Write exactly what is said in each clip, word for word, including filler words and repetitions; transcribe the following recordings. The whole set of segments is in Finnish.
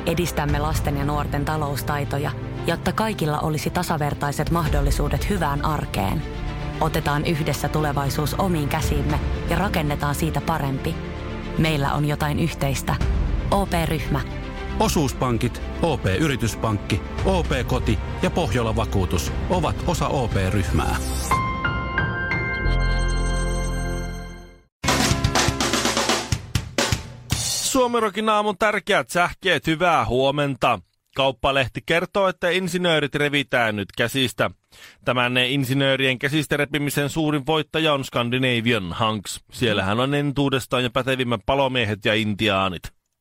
Edistämme lasten ja nuorten taloustaitoja, jotta kaikilla olisi tasavertaiset mahdollisuudet hyvään arkeen. Otetaan yhdessä tulevaisuus omiin käsiimme ja rakennetaan siitä parempi. Meillä on jotain yhteistä. O P-ryhmä. Osuuspankit, O P-yrityspankki, O P-koti ja Pohjola Vakuutus ovat osa O P-ryhmää. Suomirokin aamun tärkeät sähkeet, hyvää huomenta. Kauppalehti kertoo, että insinöörit revitään nyt käsistä. Tämän insinöörien käsistä repimisen suurin voittaja on Scandinavian Hunks. Siellähän on entuudestaan ja pätevimmät palomiehet ja intiaanit.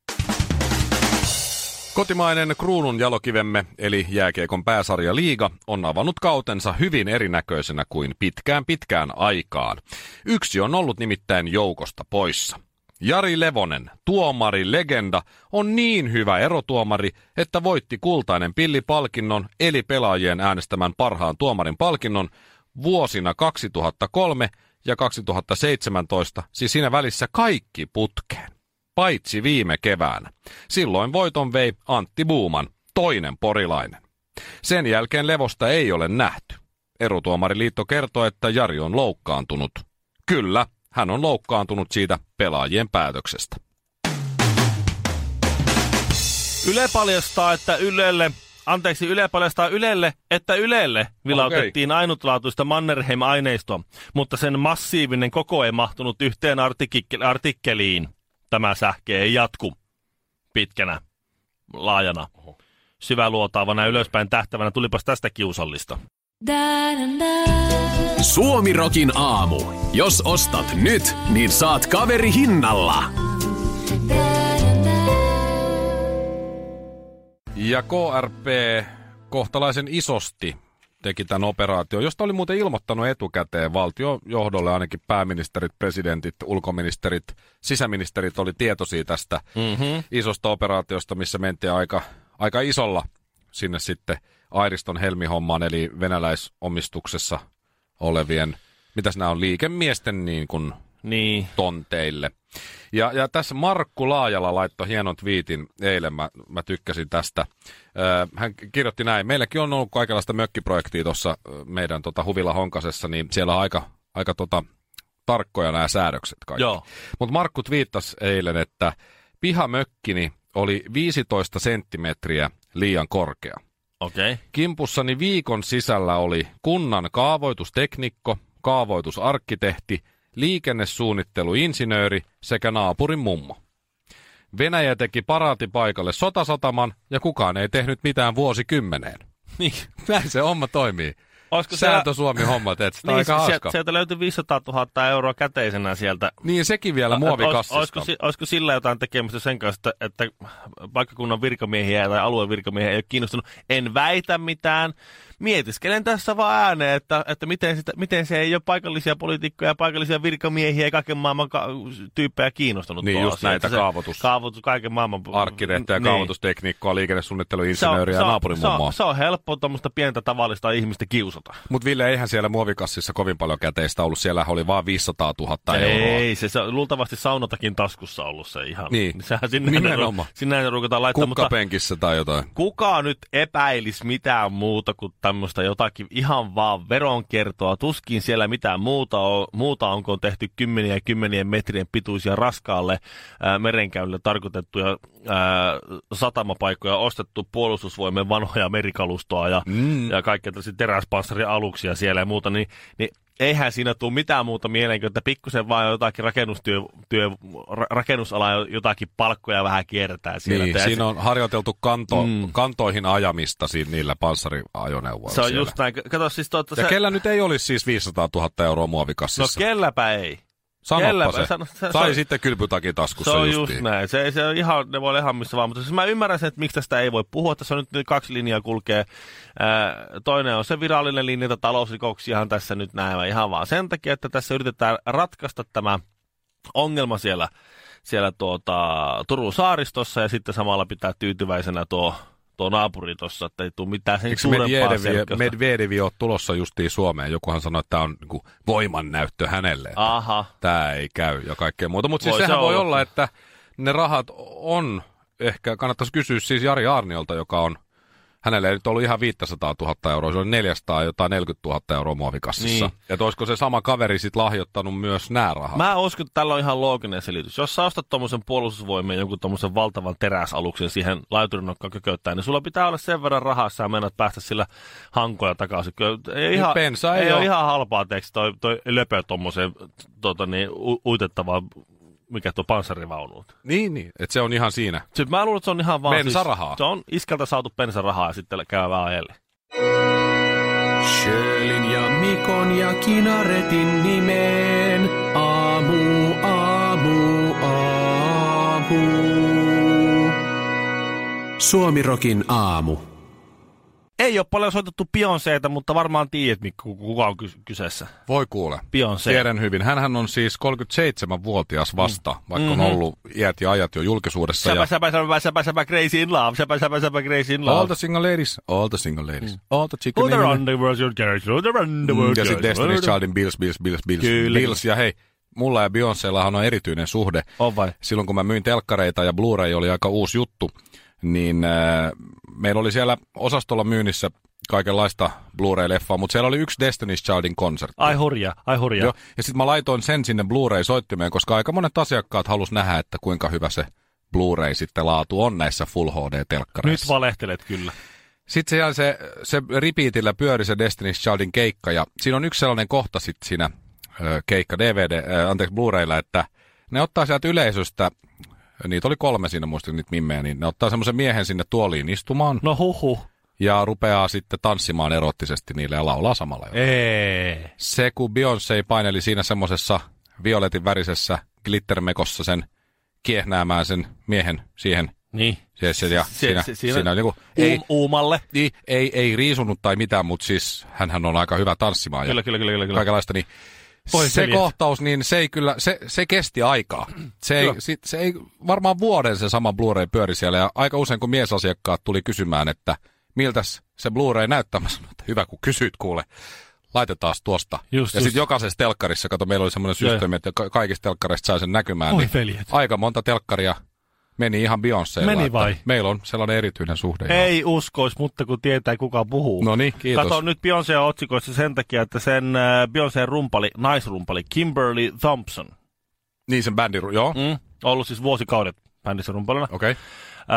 Kotimainen kruunun jalokivemme, eli jääkiekon pääsarja Liiga, on avannut kautensa hyvin erinäköisenä kuin pitkään pitkään aikaan. Yksi on ollut nimittäin joukosta poissa. Jari Levonen, tuomari-legenda, on niin hyvä erotuomari, että voitti kultainen pillipalkinnon eli pelaajien äänestämän parhaan tuomarin palkinnon vuosina kaksituhattakolme ja kaksituhattaseitsemäntoista, siis siinä välissä kaikki putkeen, paitsi viime keväänä. Silloin voiton vei Antti Buuman, toinen porilainen. Sen jälkeen Levosta ei ole nähty. Erotuomariliitto kertoo, että Jari on loukkaantunut. Kyllä. Hän on loukkaantunut siitä pelaajien päätöksestä. Yle paljastaa, että Ylelle, anteeksi, Yle paljastaa Ylelle, että Ylelle vilautettiin okay. ainutlaatuista Mannerheim-aineistoa, mutta sen massiivinen koko ei mahtunut yhteen artik- artikkeliin. Tämä sähke ei jatku pitkänä, laajana, syväluotaavana ylöspäin tähtävänä. Tulipas tästä kiusallista. Suomirokin aamu. Jos ostat nyt, niin saat kaveri hinnalla. Ja K R P kohtalaisen isosti teki tämän operaation, josta oli muuten ilmoittanut etukäteen valtiojohdolle, ainakin pääministerit, presidentit, ulkoministerit, sisäministerit oli tietoisia tästä mm-hmm. isosta operaatiosta, missä mentiin aika, aika isolla sinne sitten Airiston Helmi-hommaan, eli venäläisomistuksessa olevien, mitäs nämä on, liikemiesten niin kuin niin. tonteille. Ja, ja tässä Markku Laajala laittoi hienon twiitin eilen, mä, mä tykkäsin tästä. Ö, hän kirjoitti näin, meilläkin on ollut kaikenlaista mökkiprojektia tuossa meidän tota, Huvila Honkasessa, niin siellä on aika, aika tota, tarkkoja nämä säädökset kaikki. Mutta Markku twiittasi eilen, että pihamökkini oli viisitoista senttimetriä liian korkea. Okay. Kimpussani viikon sisällä oli kunnan kaavoitusteknikko, kaavoitusarkkitehti, liikennesuunnitteluinsinööri sekä naapurin mummo. Venäjä teki paraatipaikalle sotasataman ja kukaan ei tehnyt mitään vuosikymmeneen. Niin. Näin se homma toimii. Olisiko Sääntö Suomi homma, teet sitä niin, aika hauska. Sieltä löytyi viisisataatuhatta euroa käteisenä sieltä. Niin, sekin vielä muovikassista. Olisiko, olisiko sillä jotain tekemistä sen kanssa, että paikkakunnan virkamiehiä tai alueen virkamiehiä ei ole kiinnostunut? En väitä mitään. Mietiskelen tässä vaan ääneen, että, että miten, sitä, miten se ei ole paikallisia poliitikkoja ja paikallisia virkamiehiä ja kaiken maailman ka- tyyppejä kiinnostunut. Niin, just asia. näitä kaavoitus. Kaavoitus, kaiken maailman. Arkkitehtiä, niin. Kaavoitustekniikkoa, liikennesuunnitteluinsinööriä ja naapurin se mummoa. Se on helppo tuommoista pientä tavallista ihmistä kiusata. Mutta Ville, eihän siellä muovikassissa kovin paljon käteistä ollut. Siellä oli vaan viisisataatuhatta euroa. Ei, se, se on luultavasti saunotakin taskussa ollut se ihan. Niin, sehän sinne nimenomaan. Sinne ruukataan laittaa. Kukkapenkissä tai jotain. Kuka nyt epäilisi mitään muuta kuin tämmöistä jotakin ihan vaan veronkiertoa? Tuskin siellä mitään muuta on, muuta on, kun on tehty kymmeniä ja kymmenien metrien pituisia raskaalle ää, merenkäynnille tarkoitettuja ää, satamapaikkoja, ostettu puolustusvoimien vanhoja merikalustoa ja, mm. ja kaikkea tällaisia teräspanssarialuksia siellä ja muuta, niin, niin eihän siinä tule mitään muuta mieleen, että pikkusen vaan jotakin rakennustyö, työ, ra, rakennusalaa jotakin palkkoja vähän kiertää siellä. Niin, siinä on harjoiteltu kanto, mm. kantoihin ajamista siinä, niillä panssariajoneuvoilla. Se on siellä. just näin. Kato, siis tuota, ja se... kellä nyt ei olisi siis viisisataatuhatta euroa muovikassissa? No kelläpä ei. Sanoppa kelläpä. se. Sano, se. Tai se sitten kylpytakin taskussa Se on justiin. just näin. Se, se on ihan, ne voi olla ihan missä vaan. Mutta siis mä ymmärrän sen, että miksi tästä ei voi puhua. Tässä on nyt kaksi linjaa kulkee. Ää, toinen on se virallinen linja, että talousrikoksiahan tässä nyt näemme ihan vaan sen takia, että tässä yritetään ratkaista tämä ongelma siellä, siellä tuota, Turun saaristossa ja sitten samalla pitää tyytyväisenä tuo tuo naapuri tuossa, että ei tule mitään sen suurempaa selkeystä. Medvedevi on tulossa justiin Suomeen. Jokuhan sanoi, että tämä on niin kuin voimannäyttö hänelle. Aha. Tämä ei käy ja kaikkea muuta. Mutta siis voi sehän se voi olla. olla, että ne rahat on ehkä kannattaisi kysyä siis Jari Aarniolta, joka on, hänellä ei nyt ollut ihan viisisataatuhatta euroa, se oli neljäsataa jotain neljäkymmentätuhatta euroa muovikassissa. Niin. Että olisiko se sama kaveri sitten lahjoittanut myös nää rahaa? Mä uskon, että tällä on ihan looginen selitys. Jos sä ostat tommosen puolustusvoimien jonkun tommosen valtavan teräsaluksen siihen laiturinokkaan kököttäen, niin sulla pitää olla sen verran rahaa, sä meinaat päästä sillä hankoja takaisin. Ei, ihan, pensa ei, ei ole ole ihan halpaa teeksi toi, toi löpö tommoseen tota niin, u- uitettavaan, mikä tuo panssarivaunuut. Niin, niin. Että se on ihan siinä. Sitten mä luulen, että se on ihan vaan bensarahaa. Siis, se on iskältä saatu bensarahaa ja sitten käy vähän ajalle. Sjölin ja Mikon ja Kinaretin nimeen. Aamu, aamu, aamu. Suomirokin aamu. Ei ole paljon soitettu Beyoncéta, mutta varmaan tiedät, Mikko, kuka on ky- kyseessä. Voi kuule. Beyoncé. Tiedän hyvin. Hänhän on siis kolmekymmentäseitsemänvuotias vasta, mm. vaikka on mm-hmm. ollut iät ja ajat jo julkisuudessa. Säpä, ja... säpä, säpä, säpä, säpä, crazy in love. Säpä, säpä, säpä, crazy in love. All the single ladies. All the single ladies. Mm. All the chicken. All the underworld, your girls. All the underworld. Mm, ja sitten Destiny's Childin Bills, Bills, Bills, Bills. Kyllä. Bills. Ja hei, mulla ja Beyoncéllahan on erityinen suhde. On vai? Silloin kun mä myin telkkareita ja Blu-ray oli aika uusi juttu, niin äh, meillä oli siellä osastolla myynnissä kaikenlaista Blu-ray-leffaa, mutta siellä oli yksi Destiny's Childin konsertti. Ai hurjaa, ai hurjaa. Ja sitten mä laitoin sen sinne Blu-ray-soittimeen, koska aika monet asiakkaat halus nähdä, että kuinka hyvä se Blu-ray sitten laatu on näissä Full H D-telkkareissa. Nyt valehtelet kyllä. Sitten siellä se, se repeatillä pyöri se Destiny's Childin keikka, ja siinä on yksi sellainen kohta sitten siinä ö, keikka D V D, ö, anteeksi Blu-raylla, että ne ottaa sieltä yleisöstä, niitä oli kolme siinä muistin niitä mimmejä, niin ne ottaa semmoisen miehen sinne tuoliin istumaan. No huhu. Ja rupeaa sitten tanssimaan erottisesti niille ja laulaa samalla. Ei. Se, kun Beyoncé paineli siinä semmoisessa violetin värisessä glittermekossa sen kiehnäämään sen miehen siihen. Niin. Se, se, ja se, siinä, se, siinä, siinä niinku, uum, ei, uumalle. Niin, ei, ei riisunut tai mitään, mutta siis hänhän on aika hyvä tanssimaan. Kyllä, ja kyllä, kyllä, kyllä. kaikenlaista, niin Voi se veljet. kohtaus, niin se ei kyllä, se, se kesti aikaa. Se ei, sit, se ei, varmaan vuoden se sama Blu-ray pyöri siellä, ja aika usein kun miesasiakkaat tuli kysymään, että miltäs se Blu-ray näyttää, mä sanoin, että hyvä kun kysyt kuule, laitetaan tuosta. Just, ja sitten jokaisessa telkkarissa, kato meillä oli semmoinen systeemi, että ka- kaikista telkkareista sai sen näkymään. Oi niin veljet. aika monta telkkaria meni ihan Beyoncélla. Meni vai? Meillä on sellainen erityinen suhde. Ei jo. Uskois, mutta kun tietää kuka puhuu. No niin, kiitos. Kato nyt Beyoncé otsikoissa sen takia, että sen äh, Beyoncén rumpali, naisrumpali Kimberly Thompson. Niin sen bändin, joo. Mm, ollut siis vuosikaudet bändissä rumpalina. Okei. Okay.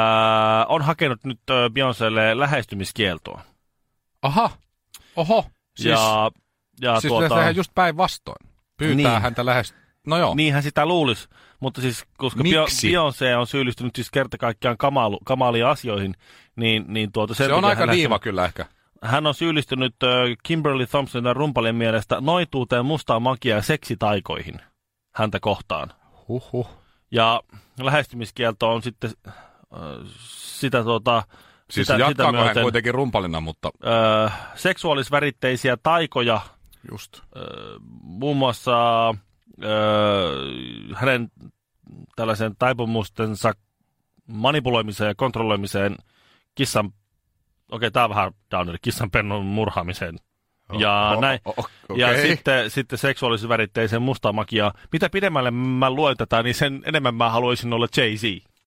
Äh, on hakenut nyt äh, Beyoncélle lähestymiskieltoa. Aha, oho. Siis, ja, ja siis tuota, tehdään just päinvastoin. Pyytää niin. häntä lähes... No joo. Niinhän sitä luulisi, mutta siis koska Miksi? Beyoncé on syyllistynyt siis kerta kaikkiaan kamalu, kamaliin asioihin, niin, niin tuota sen se on aika hän diiva lähti, kyllä ehkä. Hän on syyllistynyt äh, Kimberly Thompsonin rumpalin mielestä noituuteen, mustaan magia ja seksitaikoihin häntä kohtaan. Huhhuh. Ja lähestymiskielto on sitten äh, sitä tuota... Siis sitä, jatkaako sitä hän kuitenkin rumpalina, mutta... Äh, seksuaalisväritteisiä taikoja, Just. äh, muun muassa äh, hänen tällaisen taipumustensa manipuloimiseen ja kontrolloimiseen kissan, okei okay, tää on vähän downeri, kissanpennon murhaamiseen. Oh, ja oh, näin. Oh, oh, okay. Ja sitten, sitten seksuaalisväritteiseen mustaa magiaa. Mitä pidemmälle mä luen tätä, niin sen enemmän mä haluaisin olla Jay-Z.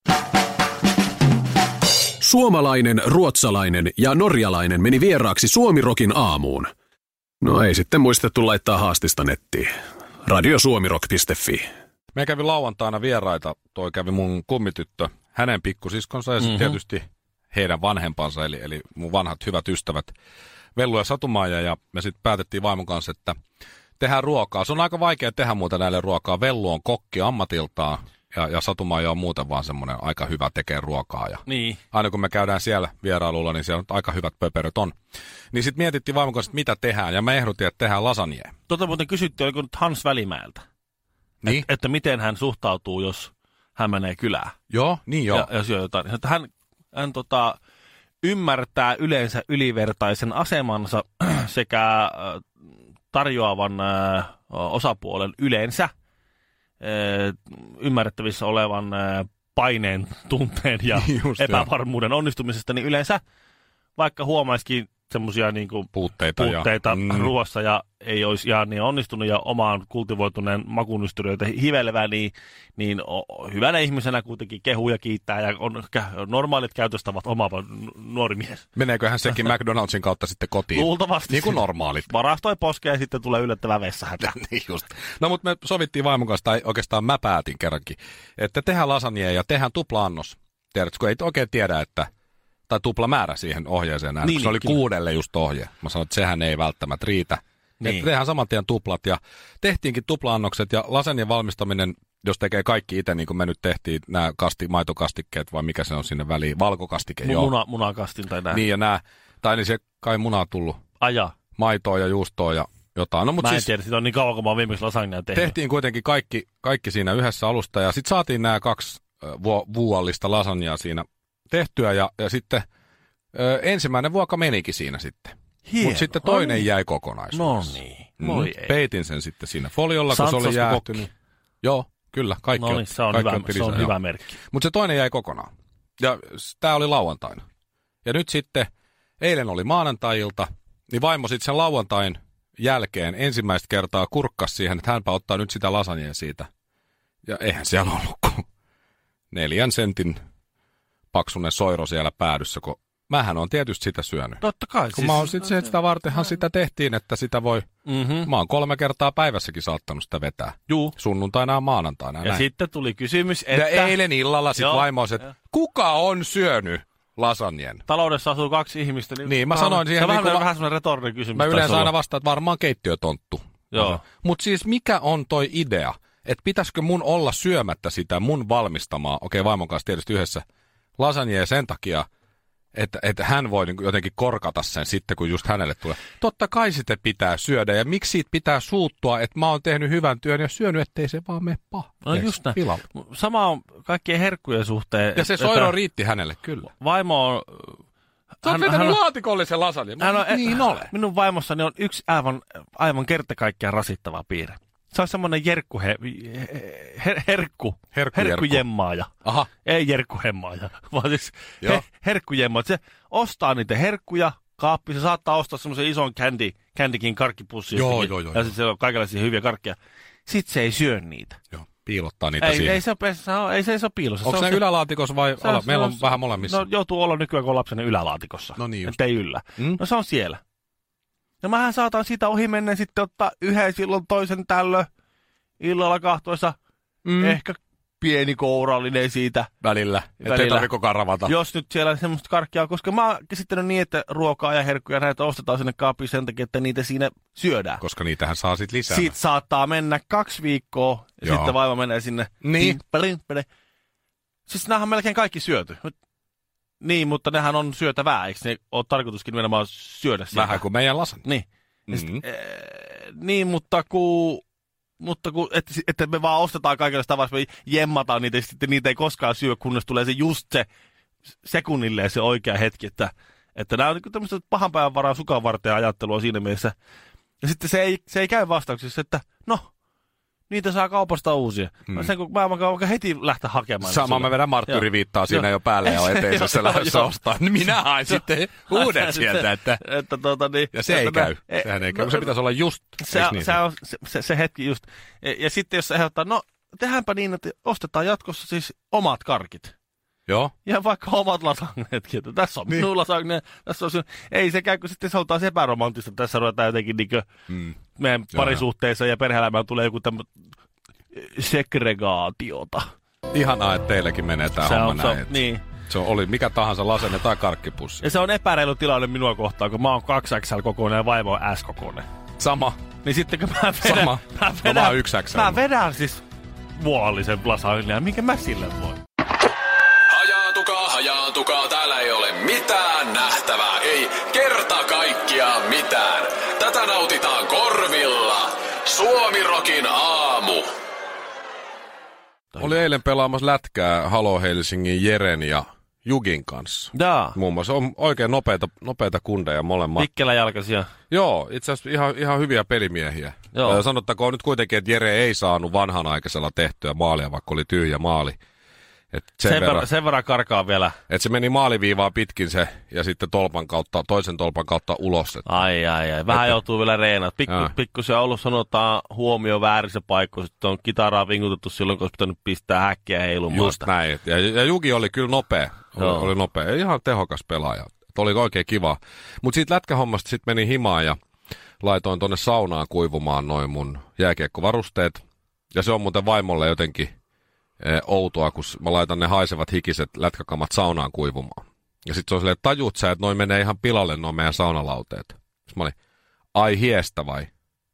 Suomalainen, ruotsalainen ja norjalainen meni vieraaksi Suomirokin aamuun. No ei sitten muistettu laittaa haastista nettiin. radiosuomirock piste fi. Me kävi lauantaina vieraita, toi kävi mun kummityttö, hänen pikkusiskonsa ja sitten mm-hmm. tietysti heidän vanhempansa, eli, eli mun vanhat hyvät ystävät Vellu ja Satumaaja, ja me sitten päätettiin vaimon kanssa, että tehdään ruokaa. Se on aika vaikea tehdä muuta näille ruokaa. Vellu on kokki ammatiltaan, ja, ja Satumaaja on muuten vaan semmoinen aika hyvä tekee ruokaa. Ja niin. aina kun me käydään siellä vierailulla, niin siellä on aika hyvät pöperöt on. Niin sitten mietittiin vaimon kanssa, että mitä tehdään, ja mä ehdotin, että tehdään lasagne. Tota muuten kysyttiin, oliko nyt Hans Välimäeltä, Niin? Et, että miten hän suhtautuu, jos hän menee kylään. Joo, niin joo. Ja, ja syö jotain. Että hän hän tota, ymmärtää yleensä ylivertaisen asemansa sekä äh, tarjoavan äh, osapuolen yleensä äh, ymmärrettävissä olevan äh, paineen, tunteen ja Just, epävarmuuden onnistumisesta, niin yleensä vaikka huomaisikin semmoisia niinku puutteita, puutteita ja, mm. ruoassa ja ei olisi ihan niin onnistunut ja omaan kultivoituneen makunystyröitä hivelevä, niin, niin hyvänä ihmisenä kuitenkin kehuu ja kiittää ja on normaalit käytöstavat omaava nuori mies. Meneeköhän sekin McDonaldsin kautta sitten kotiin? Luultavasti. Niin kuin normaalit. Varastoi poskeen ja sitten tulee yllättävä vessahätä. Niin just. No mutta me sovittiin vaimon kanssa, tai oikeastaan mä päätin kerrankin, että tehdään lasagne ja tehdään tupla-annos. Tiedätkö, kun ei oikein tiedä, että tai tupla määrä siihen ohjeeseen näin, niin, se oli kyllä. Kuudelle just ohje. Mä sanoin, että sehän ei välttämättä riitä. Niin. Että tehdään saman tien tuplat ja tehtiinkin tupla-annokset ja lasagnen valmistaminen, jos tekee kaikki itse, niin kuin me nyt tehtiin, nämä kasti, maitokastikkeet vai mikä se on sinne väliin, valkokastike, M- joo. Muna, munakastin tai näin. Niin ja nämä, tai niin se kai munaa tullut. Aja. Maitoa ja juustoa ja jotain. No, mut mä en siis tiedä, siitä on niin kauan, kun mä oon viimeksi lasagnea tehnyt. Tehtiin kuitenkin kaikki, kaikki siinä yhdessä alusta ja sitten saatiin nämä kaksi vu- vuollista lasagnea siinä tehtyä ja, ja sitten ö, ensimmäinen vuoka menikin siinä sitten. Mutta sitten toinen Oi. jäi kokonaisuudessa. No niin, voi mm. ei. Peitin sen sitten siinä foliolla, kun se oli jäähtynyt. Joo, kyllä, kaikki no niin, se on, hyvä, se on hyvä merkki. Mutta se toinen jäi kokonaan. Ja tämä oli lauantaina. Ja nyt sitten, eilen oli maanantai-ilta, niin vaimo sitten sen lauantain jälkeen ensimmäistä kertaa kurkkasi siihen, että hänpä ottaa nyt sitä lasagnea siitä. Ja eihän siellä ollut kuin neljän sentin paksunen soiro siellä päädyssä, kun mähän on tietysti sitä syönyt. Totta kai. Kun siis, mä oon sit se, että sitä vartenhan sitä tehtiin, että sitä voi, mm-hmm. mä oon kolme kertaa päivässäkin saattanut sitä vetää. Juu. Sunnuntaina ja maanantaina. Ja näin. Sitten tuli kysymys, että... Ja eilen illalla sit vaimo on, että kuka on syönyt lasagnen? Taloudessa asuu kaksi ihmistä. Niin, niin mä sanoin siihen... Se on niin vähän, vähän semmoinen retorinen kysymys. Mä yleensä aina vastaan, että varmaan keittiötonttu. Joo. Mutta siis mikä on toi idea? Että pitäisikö mun olla syömättä sitä mun valmistamaa, okei vaimon kanssa tietysti yhdessä, lasagnea sen takia, että, että hän voi niin jotenkin korkata sen sitten, kun just hänelle tulee. Totta kai sitä pitää syödä, ja miksi siitä pitää suuttua, että mä oon tehnyt hyvän työn ja syönyt, ettei se vaan mene pahaksi. No just näin. Sama on kaikkien herkkujen suhteen. Ja se soiro että... riitti hänelle, kyllä. Vaimo on... Sä oot vetänyt laatikollisen lasagne. Hän on, niin ole. Minun vaimossani on yksi aivan, aivan kerta kaikkiaan rasittava piirre. Se on semmoinen jerkku, he, her, herkku, herkkujemmaaja. Aha. Ei jerkkuhemmaaja, vaan siis he, herkkujemmaaja. Se ostaa niitä herkkuja kaappiin, se saattaa ostaa semmoisen ison candy, candykin karkkipussin. Joo, joo, joo. Ja sitten siellä on kaikenlaisia hyviä karkkeja. Sitten se ei syö niitä. Joo, piilottaa niitä ei, siihen. Ei se, ei se, ei se ole piilossa. Onko se, se ylälaatikossa vai se, ala? Se, Meillä on, on vähän molemmissa. No joutuu olla nykyään, kun on lapsenen ylälaatikossa. No niin just. Että ei yllä. Mm? No se on siellä. No mähän saatan siitä ohi mennä sitten ottaa yhden silloin toisen tällöin illalla kahtoissa. Mm. Ehkä pieni kourallinen siitä. Välillä. Että ei tarvitse karavata. Jos nyt siellä semmoista karkkia on, koska mä oon käsittänyt niin, että ruokaa ja herkkuja näitä ostetaan sinne kaappiin sen takia, että niitä siinä syödään. Koska niitähän saa sitten lisää. Siitä saattaa mennä kaksi viikkoa ja Joo. sitten vaimo menee sinne. Niin. Siis näähän on melkein kaikki syöty. Niin, mutta nehän on syötävää, eikö ne ole tarkoituskin nimenomaan syödä sitä? Vähän kuin meidän lasagne. Niin. Mm-hmm. Sit, ee, niin, mutta kun... Mutta kun, että, että me vaan ostetaan kaikenlaista tavasta, me jemmataan niitä ja sitten niitä ei koskaan syö, kunnes tulee se just se sekunnilleen se oikea hetki, että, että nämä on niin tämmöistä pahan päivän varaa sukan varten ajattelua siinä mielessä. Ja sitten se ei, se ei käy vastauksessa, että no, niitä saa kaupasta uusia. Hmm. No sen kun mä voin heti lähteä hakemaan. Sama mä vedän marttyyriviittaa siinä jo päälle ja on eteisessä lähdössä ostaa. Niin minä haen sitten uudet sieltä. Että... että, tuota, niin, ja se ei käy. E, Sehän ei käy, no, se pitäisi olla just. Se, niin? se on se, se, se hetki just. Ja, ja sitten jos se ehdottaa, no tehdäänpä niin, että ostetaan jatkossa siis omat karkit. Joo. Ja vaikka omat lasagnetkin, että tässä on niin. minun lasagne, tässä on sinun. Ei se käy, kun sitten se on taas epäromanttista. Tässä ruvetaan jotenkin niin kuin hmm. meidän Joo, parisuhteessa ja perhe-elämään tulee joku tämmöinen segregaatiota. Ihanaa, että teilläkin menee tämä se homma on, näin. Se on, niin. Se oli mikä tahansa lasagne tai karkkipussi. Ja se on epäreilu tilanne minua kohtaan, kun mä oon kaksi X L-kokoinen ja vaimo on S-kokoinen. Sama. Niin sitten kun mä vedän... Sama. Mä vedän, no, yksi X L. Mä vedän siis vuollisen lasagnea, minkä mä sille voin. Hajaantukaa, hajaantukaa, täällä ei ole mitään nähtävää, ei kerta kaikkiaan mitään. Tätä nautitaan korvilla. Suomirokin aamu. Oli eilen pelaamassa lätkää Halo Helsingin Jeren ja Jugin kanssa. Jaa. Muun muassa on oikein nopeita, nopeita kundeja molemmat. Pikkeläjalkaisia. Joo, itse asiassa ihan, ihan hyviä pelimiehiä. Joo. Sanottakoon nyt kuitenkin, että Jere ei saanut vanhanaikaisella tehtyä maalia, vaikka oli tyhjä maali. Et sen, sen, verran, verran, sen verran karkaa vielä. että se meni maaliviivaa pitkin se ja sitten tolpan kautta, toisen tolpan kautta ulos. Että. Ai ai ai. Vähän että, joutuu vielä reenat. Pikku, pikkusen on ollut sanotaan huomio väärissä paikoissa. Sitten on kitaraa vinkutettu silloin, kun olisi pitänyt pistää häkkiä heilumaan. Just näin. Ja, ja Juki oli kyllä nopea. Oli, oli nopea. Ja ihan tehokas pelaaja. Että oli oikein kiva. Mutta siitä lätkähommasta sitten meni himaan ja laitoin tonne saunaan kuivumaan noin mun jääkiekkovarusteet. Ja se on muuten vaimolle jotenkin eh, outoa, kun mä laitan ne haisevat hikiset lätkäkamat saunaan kuivumaan. Ja sit se on silleen, että tajut sä, että noin menee ihan pilalle noin meidän saunalauteet. Sitten mä olin, ai hiestä vai?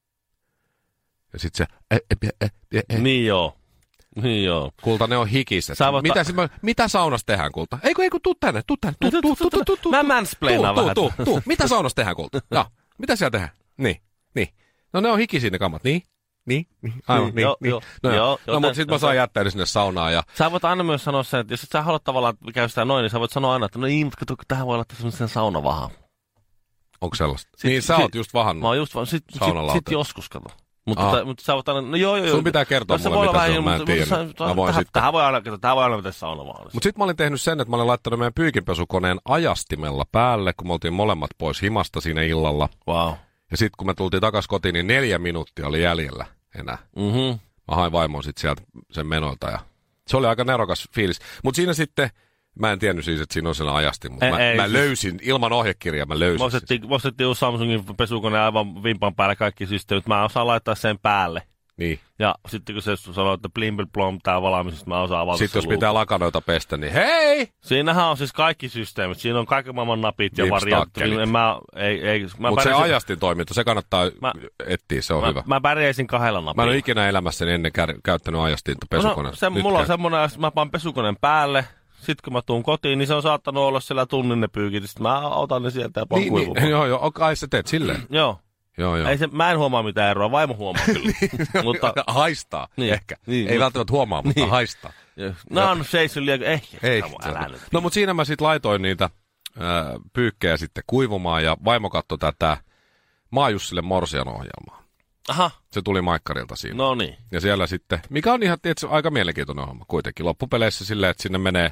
Ja sit se, eh, eh, eh, eh, eh. Niin joo. Niin joo. Kulta, ne on hikiset. Sä mitä, ta- mä, mitä saunassa tehdään, Kulta? Eiku, eiku, tuu tänne, tuu tänne. Tuu, tuu, tuu, tuu, tuu, tuu, mä mansplainaan vähän. Tuu, tuu, tuu. Mitä saunassa tehdään, Kulta? Ja, mitä siellä tehdään? Niin, niin. No ne on hikisiä ne kamat, niin? Niin, niin, aivan, niin, joo, niin. joo, No, joo, no mutta sit mä saan jättää sinne saunaan ja... Sä voit aina myös sanoa sen, että jos et sä haluat tavallaan käy sitä noin, niin sä voit sanoa aina, että no niin, mutta kato, tähän voi laittaa semmoisen saunavahan. Onko sellaista? Sit, niin, sä sit, oot just vahannut. Mä oon just vaan, sit, sit, sit joskus kato. Mutta, ta, mutta sä voit aina, no joo joo. Sun pitää kertoa mulle, mitä se on, mä en tiedä. Mä voin tähän, sitten. Tähän voi aina, tähän voi aina vetää saunavahan. Mut sit mä olin tehnyt sen, että mä olin laittanut meidän pyykinpesukoneen ajastimella päälle, kun me oltiin molemmat pois himasta siinä illalla. Wow. Ja sit kun me tultiin takas kotiin, niin neljä minuuttia oli jäljellä enää. Mhm. Mä hain vaimon sit sieltä sen menoilta ja se oli aika nerokas fiilis. Mut siinä sitten, mä en tiennyt siis, että siinä on sellainen ajasti, mutta mä, mä löysin, ilman ohjekirjaa mä löysin. Me ostettiin, siis. ostettiin Samsungin pesukone aivan vimpan päälle kaikki systeemit. Mä osaan laittaa sen päälle. Niin. Ja sitten kun se sanoo, että blimble plom tää valaamisesta, mä osaan avata. Sitten jos pitää lakanoita pestä, niin hei! Siinähän on siis kaikki systeemit. Siinä on kaiken maailman napit ja variantit. Mä, ei, ei, mä Mutta se ajastin toiminta, se kannattaa mä, etsiä, se on mä, hyvä. Mä pärjäisin kahdella napilla. Mä en ole ikinä elämässäni ennen kä- käyttänyt ajastinta pesukoneen. No, se, mulla on semmoinen, että mä paan pesukoneen päälle. Sitten kun mä tuun kotiin, niin se on saattanut olla siellä tunnin ne pyykit. Sitten mä otan ne sieltä ja paan niin, kuivumaan. Niin, joo, joo. Ai sä teet silleen? Joo. Joo, joo. Ei se, mä en huomaa mitään eroa, vaimo huomaa kyllä. mutta, haistaa niin, ehkä. Niin, ei mutta, välttämättä huomaa, mutta niin. haistaa. No on seissyt liian, eh, ei. Älä nyt. No mutta siinä mä sitten laitoin niitä äh, pyykkejä sitten kuivumaan ja vaimo katsoi tätä Maajussille Morsian ohjelmaa. Aha. Se tuli Maikkarilta siinä. No niin. Ja siellä sitten, mikä on ihan tietysti aika mielenkiintoinen ohjelma kuitenkin. Loppupeleissä silleen, että sinne menee,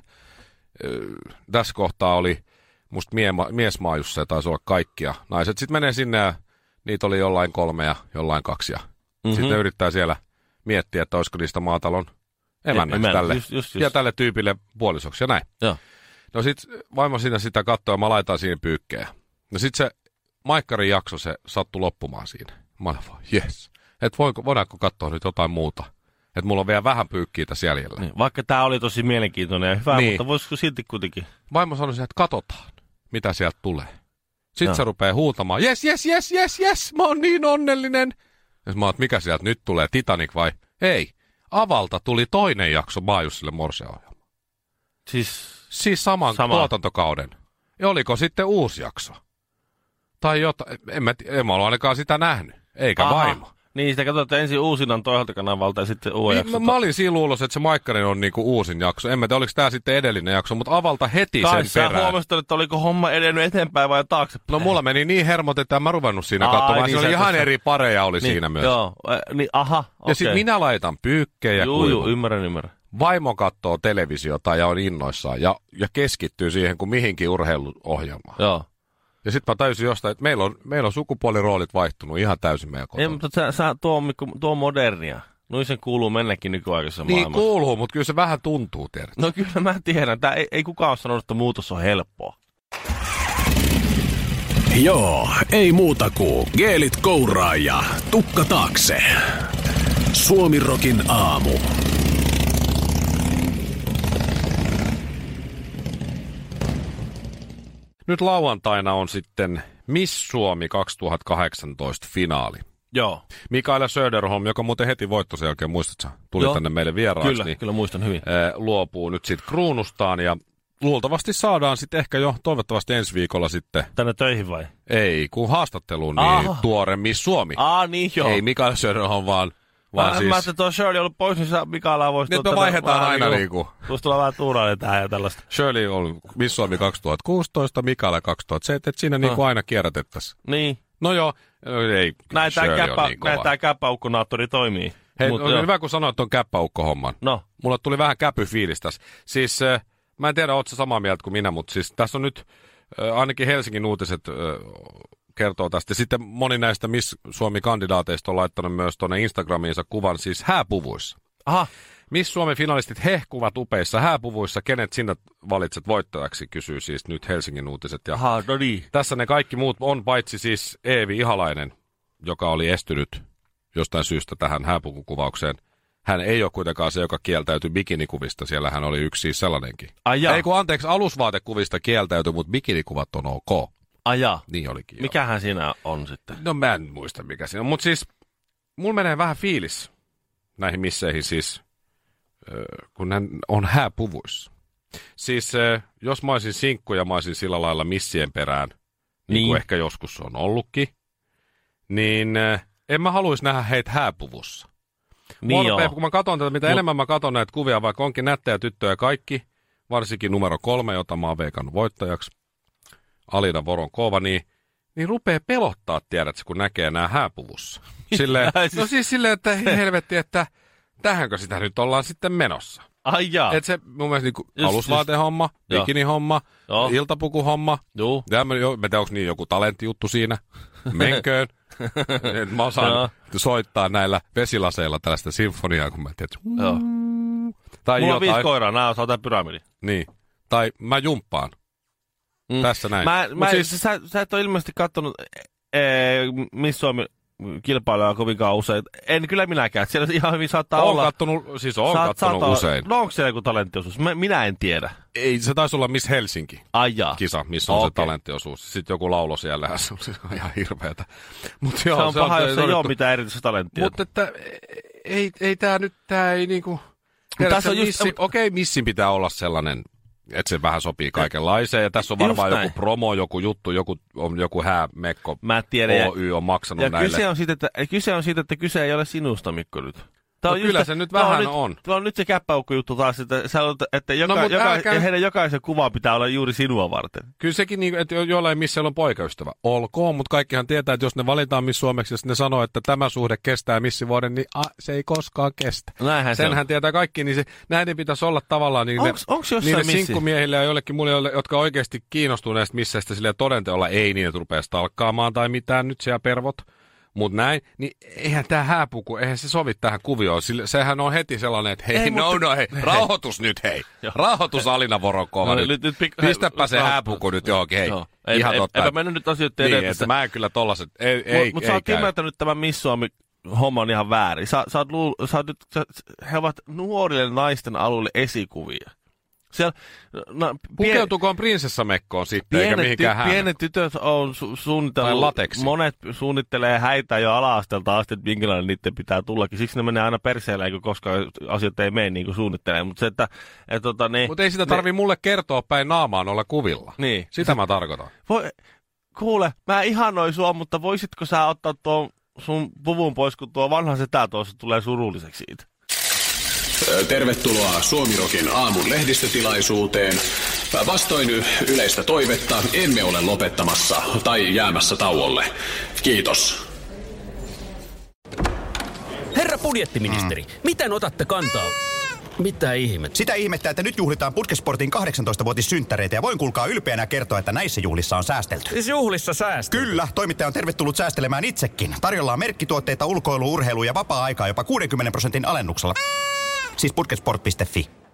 äh, tässä kohtaa oli musta mie, miesmaajussa ja taisi olla kaikkia. Naiset sitten menee sinne ja niitä oli jollain kolme ja jollain kaksi. Ja mm-hmm. sitten ne yrittää siellä miettiä, että olisiko niistä maatalon emännäksi tälle. Just, just, just. Ja tälle tyypille puolisoksi ja näin. Joo. No sit vaimo siinä sitä katsoo ja mä laitan siinä pyykkejä. No sit se Maikkarin jakso, se sattui loppumaan siinä. Mä olin vaan, jes. Että voidaanko katsoa nyt jotain muuta. Että mulla on vielä vähän pyykkiä tässä jäljellä. Niin, vaikka tää oli tosi mielenkiintoinen ja hyvä, niin. Mutta voisiko silti kuitenkin? Vaimo sanoi, että katsotaan, mitä sieltä tulee. Sitten no. se rupeaa huutamaan, jes, jes, jes, jes, jes, mä oon niin onnellinen. Ja mä oon, että mikä sieltä nyt tulee, Titanic vai? Ei, Avalta tuli toinen jakso Maajussille Morsian-ohjelma. Siis, siis saman sama. tuotantokauden. Ja oliko sitten uusi jakso? Tai jotain, en mä, en mä ole ainakaan sitä nähnyt, eikä Aha. vaimo. Niin, sitä katsotaan ensin uusinnan toiselta kanavalta ja sitten uuden niin, jakso. Mä, mä olin siinä luulossa, että se Maikkarin on niinku uusin jakso. En mä tiedä, oliko tää sitten edellinen jakso, mutta Avalta heti tai sen perään. Tai sä huomasit, että oliko homma edennyt eteenpäin vai taaksepäin? No mulla meni niin hermot, että en mä ruvennut siinä katsomaan. Niin, siinä oli ihan eri pareja oli niin, siinä myös. Joo, äh, niin aha, okei. Okay. Ja sit minä laitan pyykkejä juu, kuivuun. Juu, ymmärrän, ymmärrän. Vaimo katsoo televisiota ja on innoissaan ja, ja keskittyy siihen kuin mihinkin urheiluohjelmaan. Joo. Ja sit mä täysin jostain, että meillä on, meillä on sukupuoliroolit vaihtunut ihan täysin meidän kotona. Ei, mutta sä, sä, tuo, on, tuo on modernia. Noin sen kuuluu mennäkin nykyaikaisessa niin maailmassa. Niin kuuluu, mutta kyllä se vähän tuntuu, tiedät. No kyllä mä tiedän. Tää ei, ei kukaan ole sanonut, että muutos on helppoa. Joo, ei muuta kuin geelit kouraa ja tukka taakse. Suomirokin aamu. Nyt lauantaina on sitten Miss Suomi kaksituhattakahdeksantoista finaali. Joo. Mikaela Söderholm, joka muuten heti voitto sen jälkeen, muistatko, tuli Joo. tänne meille vieraaksi. Kyllä, niin, kyllä muistan hyvin. Luopuu nyt sitten kruunustaan ja luultavasti saadaan sitten ehkä jo toivottavasti ensi viikolla sitten. Tänne töihin vai? Ei, kun haastatteluun niin Aha. tuore Miss Suomi. Aa, niin joo. Ei Mikaela Söderholm, vaan... Vaan mä, siis... mä ajattelin, että tuo Shirley on ollut pois, niin Mikaela voisi... Nyt me vaihdetaan aina niinku. Tuossa tulee vähän tuuraille tähän ja tällaista. Shirley on Miss Suomi kaksituhattakuusitoista, Mikaela kaksituhattaseitsemän, että siinä no. niinku aina kierrätettäisiin. Niin. No joo, ei, näin Shirley käpä, on niin kova. Näin tämä käppäukkonaattori toimii. Hei, Mut on joo. hyvä kun sanoit ton käppäukko-homman. No. Mulla tuli vähän käpyfiilis tässä. Siis, äh, mä en tiedä, ootko sä samaa mieltä kuin minä, mutta siis tässä on nyt äh, ainakin Helsingin uutiset äh, kertoo tästä. Ja sitten moni näistä Miss Suomi-kandidaateista on laittanut myös tuonne Instagramiinsa kuvan siis hääpuvuissa. Aha. Miss Suomi-finalistit hehkuvat upeissa hääpuvuissa. Kenet sinä valitset voittajaksi, kysyy siis nyt Helsingin uutiset. Ja Aha, no niin. tässä ne kaikki muut on, paitsi siis Eevi Ihalainen, joka oli estynyt jostain syystä tähän hääpukukuvaukseen. Hän ei ole kuitenkaan se, joka kieltäytyi bikinikuvista. Siellä hän oli yksi siis sellainenkin. Ai ei kun anteeksi, alusvaatekuvista kieltäytyi, mutta bikinikuvat on ok. Aja. Niin olikin. Mikähän siinä on sitten? No mä en muista mikä siinä on, mutta siis mulla menee vähän fiilis näihin misseihin siis, kun hän on hääpuvuissa. Siis jos mä olisin sinkku ja mä olisin sillä lailla missien perään, niin, niin kuin ehkä joskus on ollutkin, niin en mä haluaisi nähdä heitä hääpuvussa. Niin rupea, kun mä katson tätä, mitä Mut... enemmän mä katson näitä kuvia, vaikka onkin nättejä tyttöjä kaikki, varsinkin numero kolme, jota mä oon veikannut voittajaksi, Alina Voronkova, niin, niin rupeaa pelottaa, tiedätkö, kun näkee nämä hääpuvussa. Silleen, no siis silleen, että helvetti, että tähänkö sitä nyt ollaan sitten menossa. Ai jaa. Että se mun mielestä niin alusvaatehomma, bikinihomma, iltapukuhomma. Joo. Ja mä, jo, mä tiedän, onko niin joku talenttijuttu siinä. Menköön. Mä osaan no. soittaa näillä vesilaseilla tällaista sinfoniaa, kun mä tiedän. Joo. Tai mulla jotain. on viisi koiraa, nää osaa tää pyramidi. Niin. Tai mä jumppaan. Mm. Tässä näin. Mä, mä, siis... sä, sä et ole ilmeisesti kattonut ee, Miss Suomi kilpailua kovinkaan usein. En kyllä minäkään. Siellä ihan hyvin saattaa oon olla... Kattonut, siis oon saat, kattonut saattaa, usein. No onko siellä joku talenttiosuus? Mä, minä en tiedä. Ei, se taisi olla Miss Helsinki. Ai jaa. Kisa, missä on okay. se talenttiosuus. Sitten joku laulo siellä, se on ihan hirveetä. Mut se joo, on se paha, on, jos se ei on, ole mitään erityistä talenttia. Mutta että ei, ei tää nyt, tää ei niinku... Tässä on missi, just... Okei, okay, missin pitää olla sellainen... Että se vähän sopii kaikenlaiseen. Ja tässä on varmaan joku promo, joku juttu, joku, on joku häämekko. Mä tiedän. Oy on maksanut ja näille. Kyse on, siitä, että, kyse on siitä, että kyse ei ole sinusta, Mikko, nyt. Tää no kyllä just, se nyt vähän on. on. Tuo on nyt se käppäukko-juttu taas, että, sä olet, että joka, no, joka, älkää... heidän jokaisen kuva pitää olla juuri sinua varten. Kyllä sekin, niin, että jollain missä on poikaystävä. Olkoon, mutta kaikkihan tietää, että jos ne valitaan Miss Suomeksi, jos ne sanoo, että tämä suhde kestää missivuoden, niin a, se ei koskaan kestä. Näinhän senhän se on. Tietää kaikki, niin se, näiden pitäisi olla tavallaan niin onks, onks niille sinkkumiehille ja joillekin muille, jotka oikeasti kiinnostuu näistä misseistä silleen todenteolla, ei niin, että rupeaa stalkkaamaan tai mitään nyt siellä pervot. Mutta näin, niin eihän tämä hääpuku, eihän se sovi tähän kuvioon. Sille, sehän on heti sellainen, että hei, ei, no mutta... no hei, rauhoitus nyt hei. Rauhoitus Alina Voronkova no, nyt. nyt pik... Pistäpä se hääpuku nyt johonkin, hei. No, ei, ihan ei, totta. Eipä mennä nyt asioita niin, edetä. Että mä en kyllä tollaset, ei, ei, Mutta mut sä oot ymmärtänyt tämän Miss Suomi homman ihan väärin. Sä, sä oot luul, sä oot nyt, sä, he ovat nuorille naisten alulle esikuvia. Siellä, no, pukeutukoon prinsessamekkoon sitten, eikä mihinkään hänen. Pienet tytöt on su- suunnitellut, monet suunnittelee häitä jo ala-astelta asti, että minkälainen niiden pitää tullakin. Siksi ne menee aina perseelle, eikö koskaan asiat ei mene niin kuin suunnittelee. Mutta et, tota, niin, Mut ei sitä tarvii ne... mulle kertoa päin naamaan olla kuvilla. Niin. Sitä se... mä tarkoitan. Voi, kuule, mä ihanoin sua, mutta voisitko sä ottaa tuon sun puvun pois, kun tuo vanha setä tuossa tulee surulliseksi siitä? Tervetuloa Suomirokin aamun lehdistötilaisuuteen. Vastoin yleistä toivetta emme ole lopettamassa tai jäämässä tauolle. Kiitos. Herra budjettiministeri, mm. miten otatte kantaa? Mitä ihmettä? Sitä ihmettä, että nyt juhlitaan Putkesportin kahdeksantoista-vuotissynttäreitä ja voin kuulkaa ylpeänä kertoa, että näissä juhlissa on säästelty. Siis juhlissa säästelty? Kyllä, toimittaja on tervetullut säästelemään itsekin. Tarjolla on merkkituotteita, ulkoilu, urheilu ja vapaa-aikaa jopa kuudenkymmenen prosentin alennuksella. Siis putkesport piste fi.